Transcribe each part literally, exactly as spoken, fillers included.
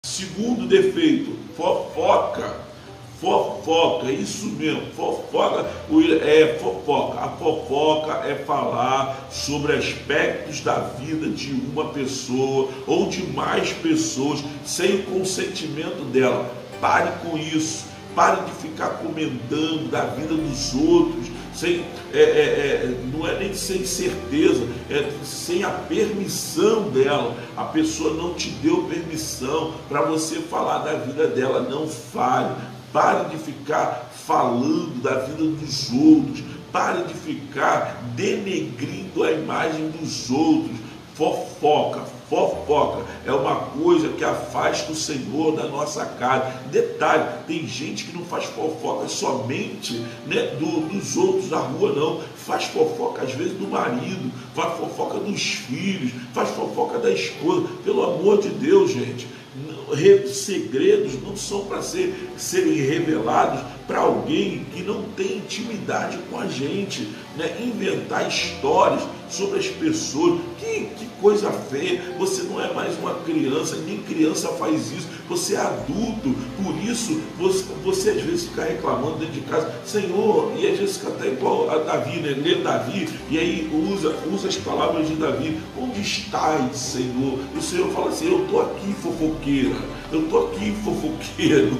Segundo defeito, fofoca. Fofoca, isso mesmo, fofoca, é fofoca. A fofoca é falar sobre aspectos da vida de uma pessoa ou de mais pessoas sem o consentimento dela. Pare com isso, pare de ficar comentando da vida dos outros, sem, é, é, é, não é nem sem certeza, é sem a permissão dela. A pessoa não te deu permissão para você falar da vida dela, não fale. Pare de ficar falando da vida dos outros. Pare de ficar denegrindo a imagem dos outros. Fofoca, fofoca é uma coisa que afasta o Senhor da nossa casa. Detalhe, tem gente que não faz fofoca somente, né, do, dos outros da rua, não. Faz fofoca às vezes do marido, faz fofoca dos filhos, faz fofoca da esposa. Pelo amor de Deus, gente. Segredos não são para ser, serem revelados para alguém que não tem intimidade com a gente, né? Inventar histórias sobre as pessoas, que, que coisa feia. Você não é mais uma criança, nem criança faz isso, você é adulto. Por isso você, você às vezes fica reclamando dentro de casa, Senhor, e às vezes fica até igual a Davi, né? Lê Davi e aí usa, usa as palavras de Davi: onde estás, Senhor? E o Senhor fala assim: eu estou aqui, fofoqueira, eu estou aqui, fofoqueiro,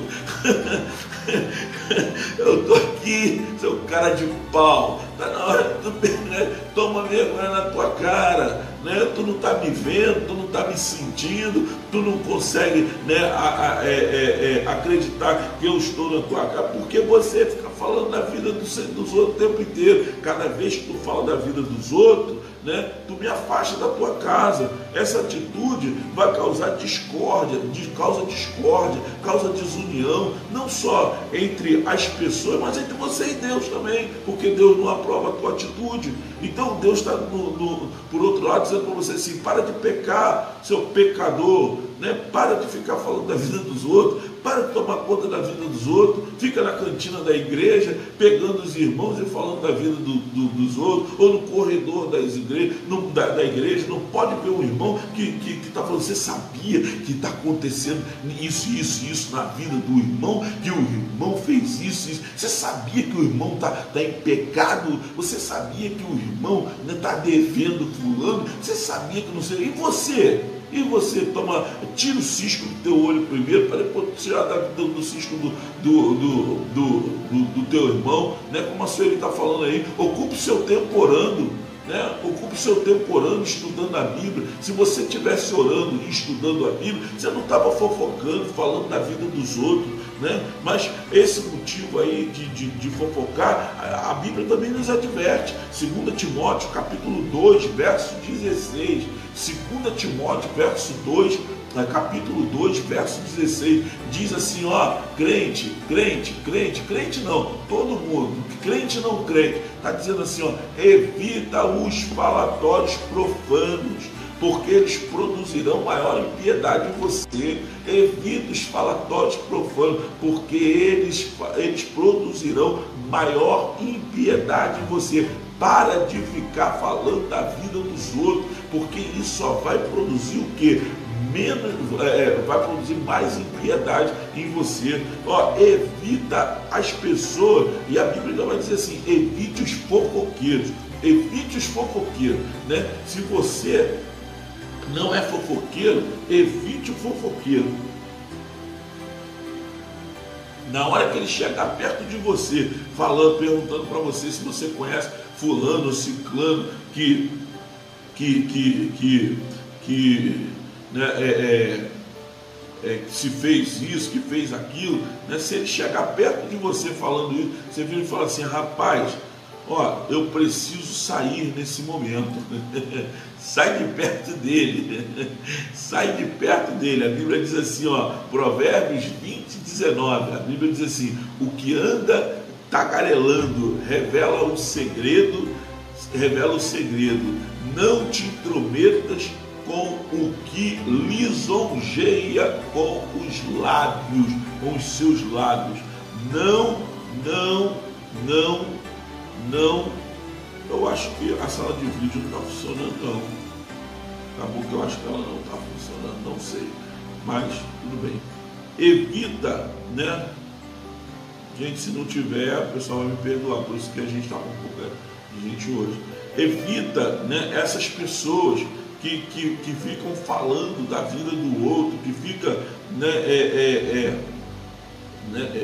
eu estou aqui, seu cara de pau. Está na hora de tu, né? Toma vergonha na tua cara, né? Tu não está me vendo, tu não está me sentindo, tu não consegue, né, a, a, é, é, é, acreditar que eu estou na tua cara, porque você fica falando da vida dos, dos outros o tempo inteiro. Cada vez que tu fala da vida dos outros, né, tu me afasta da tua casa. Essa atitude vai causar discórdia, causa discórdia, causa desunião, não só entre as pessoas, mas entre você e Deus também, porque Deus não aprova a tua atitude. Então Deus está, por outro lado, dizendo para você assim: para de pecar, seu pecador, né? Para de ficar falando da vida dos outros, para de tomar conta da vida dos outros, fica na cantina da igreja, pegando os irmãos e falando da vida do, do, dos outros, ou no corredor das igrejas, no, da, da igreja. Não pode ver um irmão que está falando: você sabia que está acontecendo isso, isso, isso na vida do irmão, que o irmão fez isso, isso. Você sabia que o irmão está tá em pecado? Você sabia que o irmão está devendo fulano? Você sabia que não sei? E você? E você toma, tira o cisco do teu olho primeiro, para depois tirar do, do cisco do, do, do, do, do, do teu irmão, né? Como a senhora está falando aí. Ocupe o seu tempo orando, né? Ocupe o seu tempo orando, estudando a Bíblia. Se você estivesse orando e estudando a Bíblia, você não estava fofocando, falando da vida dos outros, né? Mas esse motivo aí de, de, de fofocar, a, a Bíblia também nos adverte. Segunda Timóteo, capítulo dois, verso dezesseis. Segunda Timóteo, verso dois, capítulo dois, verso dezesseis, diz assim, ó: crente, crente, crente, crente não, todo mundo, crente não crente, está dizendo assim, ó: evita os falatórios profanos, porque eles produzirão maior impiedade em você. Evita os falatórios profanos, porque eles, eles produzirão maior impiedade em você. Para de ficar falando da vida dos outros, porque isso só vai produzir o quê? Menos, é, vai produzir mais impiedade em você. Ó, evita as pessoas, e a Bíblia ainda vai dizer assim: evite os fofoqueiros, evite os fofoqueiros, né? Se você não é fofoqueiro, evite o fofoqueiro. Na hora que ele chegar perto de você, falando, perguntando para você se você conhece fulano ou ciclano que, que, que, que, que né, é, é, é, que se fez isso, que fez aquilo, né? Se ele chegar perto de você falando isso, você vira e fala assim: rapaz, ó, eu preciso sair nesse momento. Sai de perto dele, sai de perto dele. A Bíblia diz assim, ó, Provérbios vinte, dezenove, a Bíblia diz assim: o que anda tagarelando revela o segredo, revela o segredo. Não te intrometas com o que lisonjeia com os lábios, com os seus lábios. Não, não, não, não. Eu acho que a sala de vídeo não está funcionando, não. Acabou que eu acho que ela não está funcionando, não sei. mas tudo bem. Evita, né? Gente, se não tiver, o pessoal vai me perdoar, por isso que a gente está com um pouco de gente hoje. Evita, né, essas pessoas que, que, que ficam falando da vida do outro, que fica, né, é, é, é, né, é,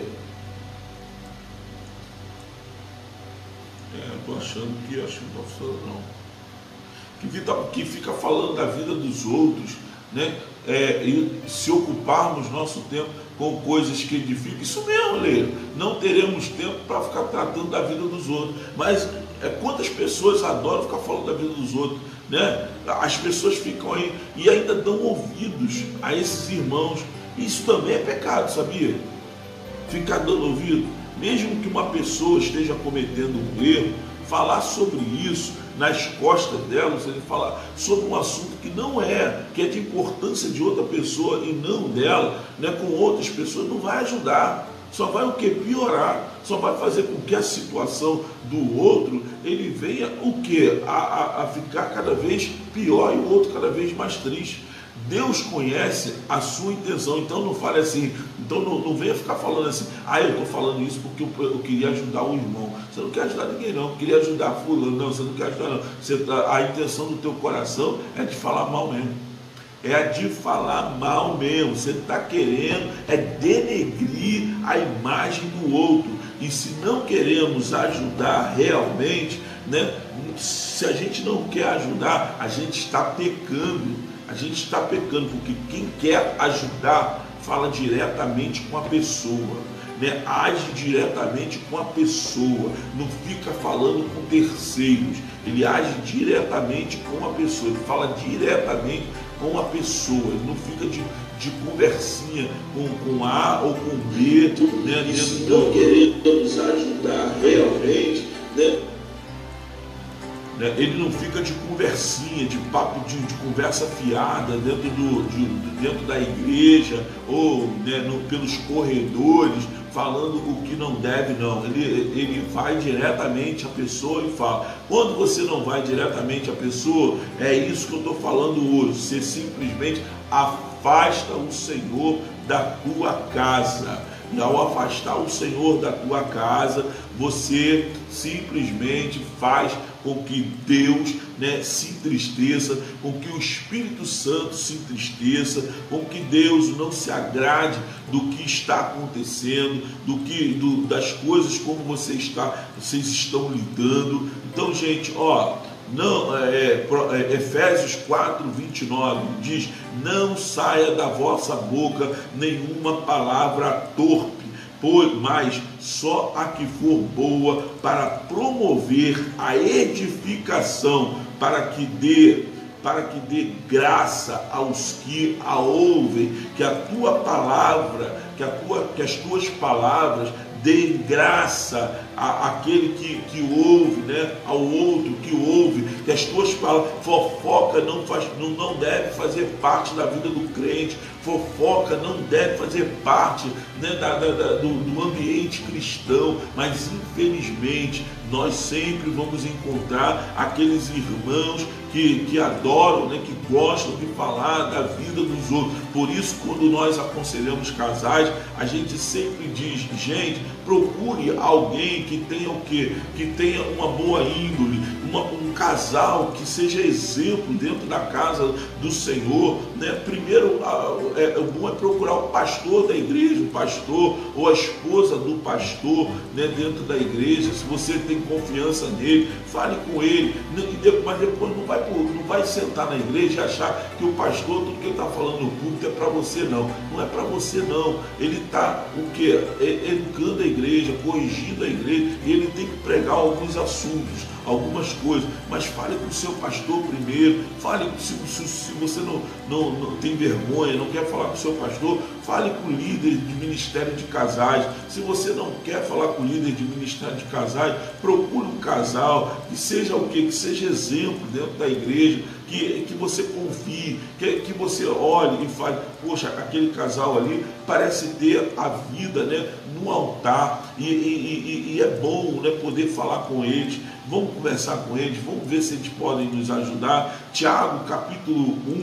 é, tô achando que acho que não está funcionando, não. Que fica, que fica falando da vida dos outros, né? É, e se ocuparmos nosso tempo com coisas que edificam, isso mesmo, Leila, não teremos tempo para ficar tratando da vida dos outros. Mas é, quantas pessoas adoram ficar falando da vida dos outros, né? As pessoas ficam aí e ainda dão ouvidos a esses irmãos. Isso também é pecado, sabia? Ficar dando ouvido, mesmo que uma pessoa esteja cometendo um erro, falar sobre isso nas costas dela, ele falar sobre um assunto que não é, que é de importância de outra pessoa e não dela, né, com outras pessoas, não vai ajudar, só vai o que? Piorar, só vai fazer com que a situação do outro, ele venha o que? A, a, a ficar cada vez pior e o outro cada vez mais triste. Deus conhece a sua intenção, então não fale assim, então não, não venha ficar falando assim, ah, eu estou falando isso porque eu, eu queria ajudar o irmão. Você não quer ajudar ninguém não, eu queria ajudar fulano, não, você não quer ajudar não. Você, a intenção do teu coração é de falar mal mesmo, é de falar mal mesmo, você está querendo é denegrir a imagem do outro, e se não queremos ajudar realmente, né, se a gente não quer ajudar, a gente está pecando. A gente está pecando, porque quem quer ajudar fala diretamente com a pessoa, né? Age diretamente com a pessoa, não fica falando com terceiros, ele age diretamente com a pessoa, ele fala diretamente com a pessoa, ele não fica de, de conversinha com, com A ou com B, né? E se não queremos ajudar realmente, né? Ele não fica de conversinha, de papo, de, de conversa fiada dentro, do, de, dentro da igreja ou, né, no, pelos corredores, falando o que não deve, não. Ele, ele vai diretamente à pessoa e fala. Quando você não vai diretamente à pessoa, é isso que eu estou falando hoje. Você simplesmente afasta o Senhor da tua casa. E ao afastar o Senhor da tua casa, você simplesmente faz com que Deus, né, se entristeça, com que o Espírito Santo se entristeça, com que Deus não se agrade do que está acontecendo, do que, do, das coisas como você está, vocês estão lidando. Então, gente, ó, não, é, é, Efésios quatro, vinte e nove diz: não saia da vossa boca nenhuma palavra torpe, pois, mas só a que for boa para promover a edificação, para que dê, para que dê graça aos que a ouvem, que a tua palavra, que, a tua, que as tuas palavras deem graça àquele que, que ouve, né? Ao outro que ouve, que as tuas palavras, fofoca não, faz, não, não deve fazer parte da vida do crente, fofoca não deve fazer parte, né, da, da, da, do, do ambiente cristão, mas infelizmente nós sempre vamos encontrar aqueles irmãos que, que adoram, né, que gostam de falar da vida dos outros. Por isso, quando nós aconselhamos casais, a gente sempre diz: gente, procure alguém que tenha o quê? Que tenha uma boa índole, uma, um casal que seja exemplo dentro da casa do Senhor, né? Primeiro, é, o bom é procurar o pastor da igreja, o pastor ou a esposa do pastor, né, dentro da igreja. Se você tem confiança nele, fale com ele, mas depois não vai, não vai sentar na igreja e achar que o pastor, tudo que ele está falando no público é para você, não. Não é para você, não. Ele está o quê? Educando a igreja, corrigindo a igreja, e ele tem que pregar alguns assuntos, algumas coisas, mas fale com o seu pastor primeiro, fale se, se, se você não, não, não tem vergonha, não quer falar com o seu pastor, fale com o líder de ministério de casais. Se você não quer falar com o líder de ministério de casais, procure um casal que seja o quê? Que seja exemplo dentro da igreja, que, que você confie, que, que você olhe e fale: poxa, aquele casal ali parece ter a vida, né, no altar, e, e, e, e é bom, né, poder falar com eles. Vamos conversar com eles, vamos ver se eles podem nos ajudar. Tiago, capítulo um,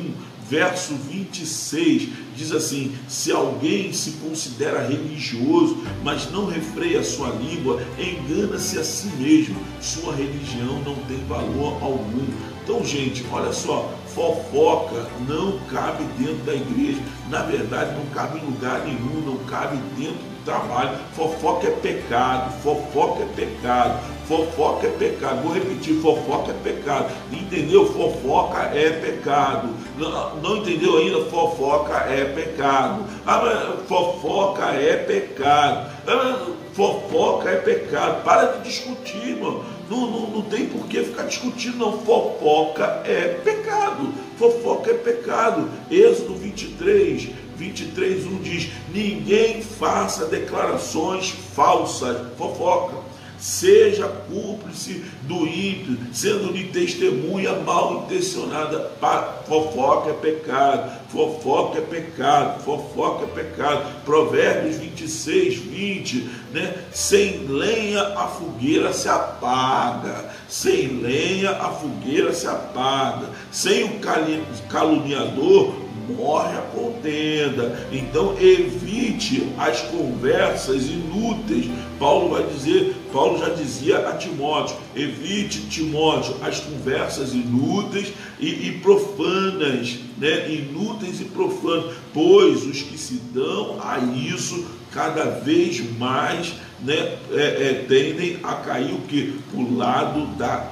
verso vinte e seis, diz assim: se alguém se considera religioso, mas não refreia a sua língua, engana-se a si mesmo, sua religião não tem valor algum. Então, gente, olha só, fofoca não cabe dentro da igreja, na verdade não cabe em lugar nenhum, não cabe dentro do trabalho. Fofoca é pecado, fofoca é pecado, fofoca é pecado. Vou repetir, fofoca é pecado. Entendeu? Fofoca é pecado. Não, não entendeu ainda? Fofoca é pecado. Ah, mas fofoca é pecado. Ah, fofoca é pecado. Para de discutir, irmão. Não, não, não tem por que ficar discutindo, não. Fofoca é pecado. Fofoca é pecado. Êxodo vinte e três, vinte e três, um diz: ninguém faça declarações falsas. Fofoca. Seja cúmplice do ímpio, sendo-lhe testemunha mal intencionada. Fofoca é pecado, fofoca é pecado, fofoca é pecado. Provérbios vinte e seis, vinte, né? Sem lenha a fogueira se apaga, sem lenha a fogueira se apaga, sem o caluniador morre a contenda. Então evite as conversas inúteis. Paulo vai dizer, Paulo já dizia a Timóteo: evite, Timóteo, as conversas inúteis e, e profanas, né? Inúteis e profanas, pois os que se dão a isso cada vez mais, né, é, é, tendem a cair o que? Para o lado da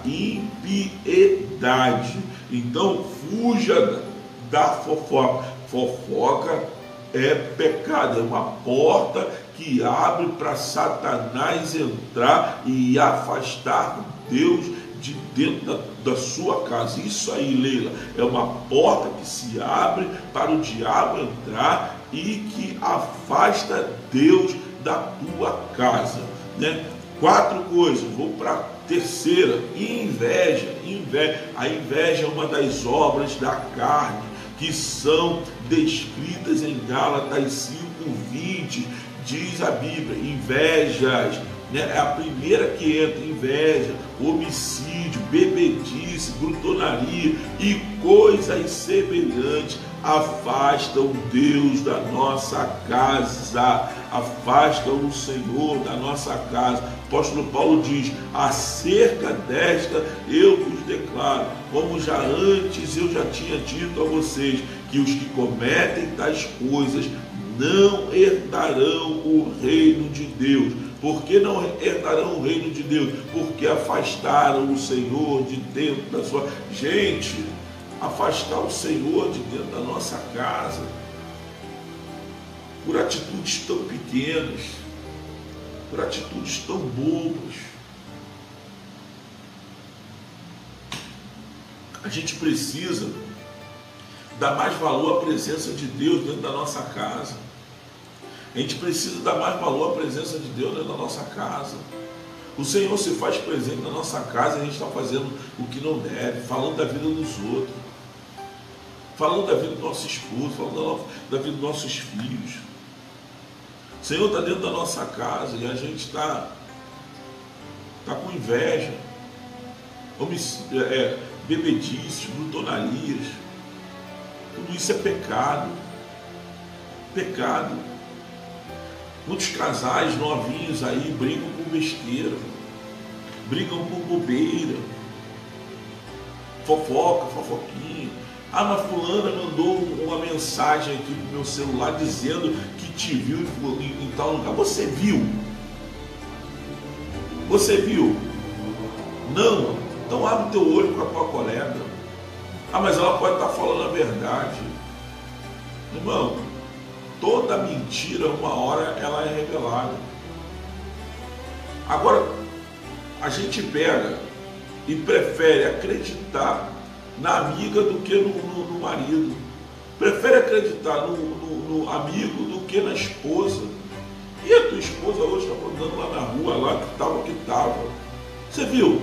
impiedade. Então fuja da fofoca. Fofoca é pecado, é uma porta que abre para Satanás entrar e afastar Deus de dentro da, da sua casa. Isso aí, Leila, é uma porta que se abre para o diabo entrar e que afasta Deus da tua casa, né? Quatro coisas, vou para a terceira: inveja. Inveja. A inveja é uma das obras da carne que são descritas em Gálatas cinco, vinte, diz a Bíblia: invejas, né? É a primeira que entra: inveja, homicídio, bebedice, glutonaria e coisas semelhantes afastam Deus da nossa casa, afastam o Senhor da nossa casa. O apóstolo Paulo diz: acerca desta eu vos declaro, como já antes eu já tinha dito a vocês, que os que cometem tais coisas não herdarão o reino de Deus. Por que não herdarão o reino de Deus? Porque afastaram o Senhor de dentro da sua... Gente, afastar o Senhor de dentro da nossa casa por atitudes tão pequenas, por atitudes tão bobas. A gente precisa dar mais valor à presença de Deus dentro da nossa casa. A gente precisa dar mais valor à presença de Deus dentro da nossa casa. O Senhor se faz presente na nossa casa e a gente está fazendo o que não deve, falando da vida dos outros, falando da vida do nosso esposo, falando da vida dos nossos filhos. O Senhor está dentro da nossa casa e a gente está tá com inveja, é, bebedices, glutonarias. Tudo isso é pecado. Pecado. Muitos casais novinhos aí brigam por besteira, brigam por bobeira, fofoca, fofoquinha. Ah, mas fulana mandou uma mensagem aqui no meu celular dizendo que te viu em, em, em tal lugar. Você viu? Você viu? Não? Então abre o teu olho com a tua colega. Ah, mas ela pode estar falando a verdade. Irmão, toda mentira, uma hora ela é revelada. Agora, a gente pega e prefere acreditar na amiga do que no, no, no marido. Prefere acreditar no, no, no amigo do que na esposa. E a tua esposa hoje está andando lá na rua, lá que estava, que estava. Você viu?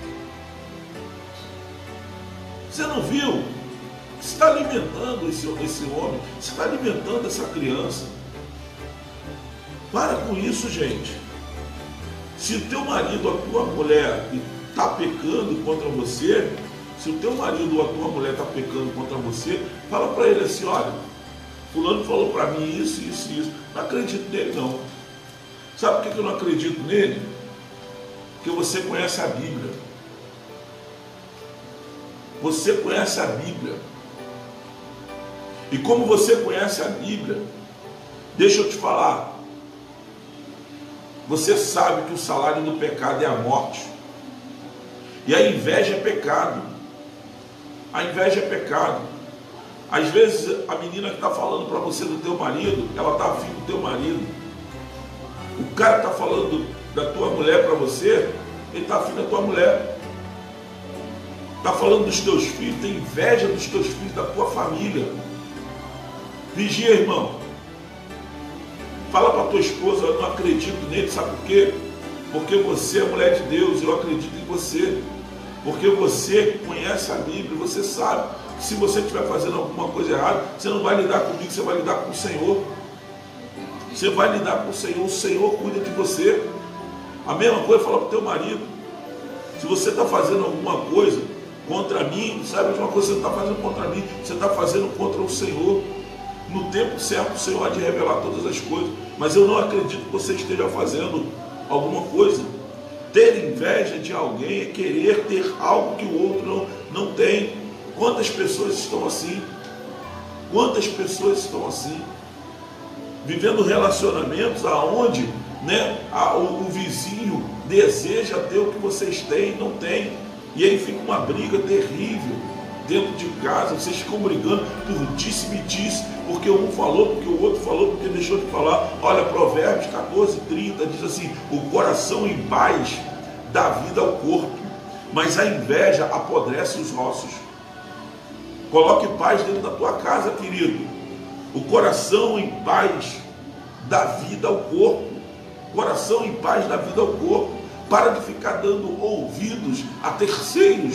Você não viu? Você está alimentando esse, esse homem, você está alimentando essa criança. Para com isso, gente. Se o teu marido, a tua mulher está pecando contra você, Se o teu marido ou a tua mulher está pecando contra você, fala para ele assim, olha, fulano falou para mim isso, isso, isso. Não acredito nele não. Sabe por que eu não acredito nele? Porque você conhece a Bíblia. Você conhece a Bíblia. E como você conhece a Bíblia, deixa eu te falar, você sabe que o salário do pecado é a morte. E a inveja é pecado. A inveja é pecado. Às vezes a menina que está falando para você do teu marido, ela está afim do teu marido. O cara que está falando da tua mulher para você, ele está afim da tua mulher. Está falando dos teus filhos, tem inveja dos teus filhos, da tua família. Vigia, irmão. Fala para tua esposa, eu não acredito nele, sabe por quê? Porque você é mulher de Deus, eu acredito em você. Porque você conhece a Bíblia, você sabe que se você estiver fazendo alguma coisa errada, você não vai lidar comigo, você vai lidar com o Senhor. Você vai lidar com o Senhor, o Senhor cuida de você. A mesma coisa fala para o teu marido. Se você está fazendo alguma coisa contra mim, sabe de uma coisa que você não está fazendo contra mim, você está fazendo contra o Senhor. No tempo certo o Senhor há de revelar todas as coisas, mas eu não acredito que você esteja fazendo alguma coisa. Ter inveja de alguém é querer ter algo que o outro não, não tem. Quantas pessoas estão assim? Quantas pessoas estão assim? Vivendo relacionamentos aonde, né, a, o, o vizinho deseja ter o que vocês têm, não tem. E aí fica uma briga terrível dentro de casa, vocês ficam brigando por disse-me-disse, porque um falou, porque o outro falou, porque deixou de falar. Olha, Provérbios quatorze, trinta diz assim: o coração em paz dá vida ao corpo, mas a inveja apodrece os ossos. Coloque paz dentro da tua casa, querido. O coração em paz dá vida ao corpo. Coração em paz dá vida ao corpo. Para de ficar dando ouvidos a terceiros.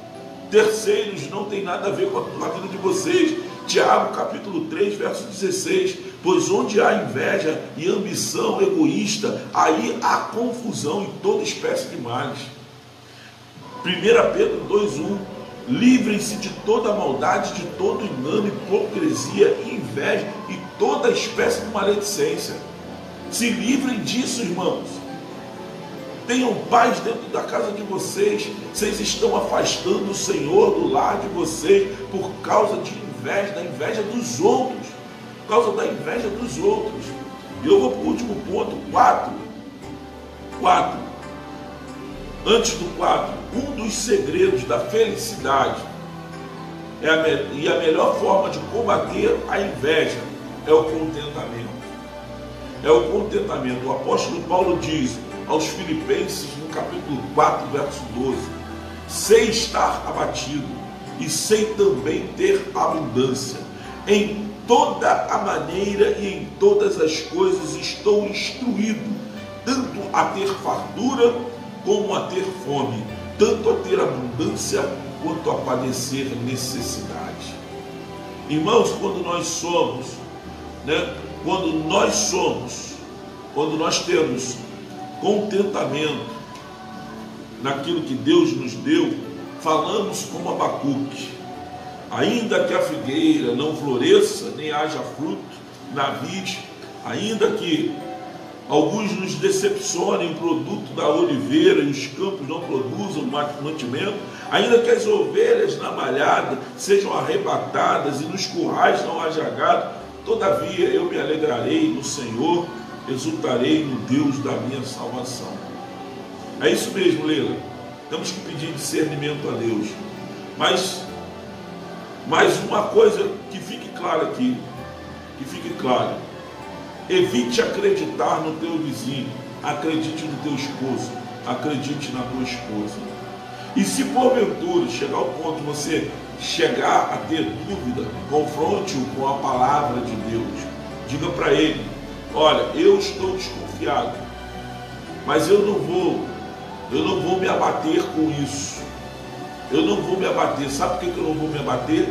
Terceiros não tem nada a ver com a vida de vocês. Tiago capítulo três, verso dezesseis. Pois onde há inveja e ambição egoísta, aí há confusão em toda espécie de males. primeira Pedro dois, um. Livrem-se de toda maldade, de todo engano, hipocrisia, inveja e toda espécie de maledicência. Se livrem disso, irmãos. Tenham paz dentro da casa de vocês. Vocês estão afastando o Senhor do lar de vocês por causa de inveja, da inveja dos outros. Por causa da inveja dos outros. E eu vou para o último ponto, quatro. Quatro. Antes do quatro, um dos segredos da felicidade é a me... e a melhor forma de combater a inveja é o contentamento. É o contentamento. O apóstolo Paulo diz aos Filipenses, no capítulo quatro, verso doze: sei estar abatido e sei também ter abundância. Em toda a maneira e em todas as coisas estou instruído, tanto a ter fartura como a ter fome, tanto a ter abundância quanto a padecer necessidade. Irmãos, quando nós somos, né, quando nós somos, quando nós temos contentamento naquilo que Deus nos deu, falamos como Abacuque: ainda que a figueira não floresça, nem haja fruto na vide, ainda que alguns nos decepcionem o produto da oliveira e os campos não produzam mantimento, ainda que as ovelhas na malhada sejam arrebatadas e nos currais não haja gado, todavia eu me alegrarei no Senhor, exultarei no Deus da minha salvação. É isso mesmo, Leila. Temos que pedir discernimento a Deus. Mas, mais uma coisa que fique clara aqui, que fique clara. Evite acreditar no teu vizinho, acredite no teu esposo, acredite na tua esposa. E se porventura chegar ao ponto de você chegar a ter dúvida, confronte-o com a palavra de Deus. Diga para ele: olha, eu estou desconfiado, mas eu não vou, eu não vou me abater com isso. Eu não vou me abater. Sabe por que eu não vou me abater?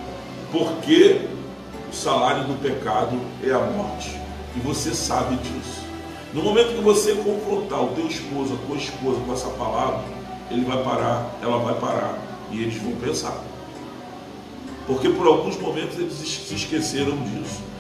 Porque o salário do pecado é a morte. E você sabe disso. No momento que você confrontar o teu esposo, a tua esposa com essa palavra, ele vai parar, ela vai parar. E eles vão pensar. Porque por alguns momentos eles se esqueceram disso.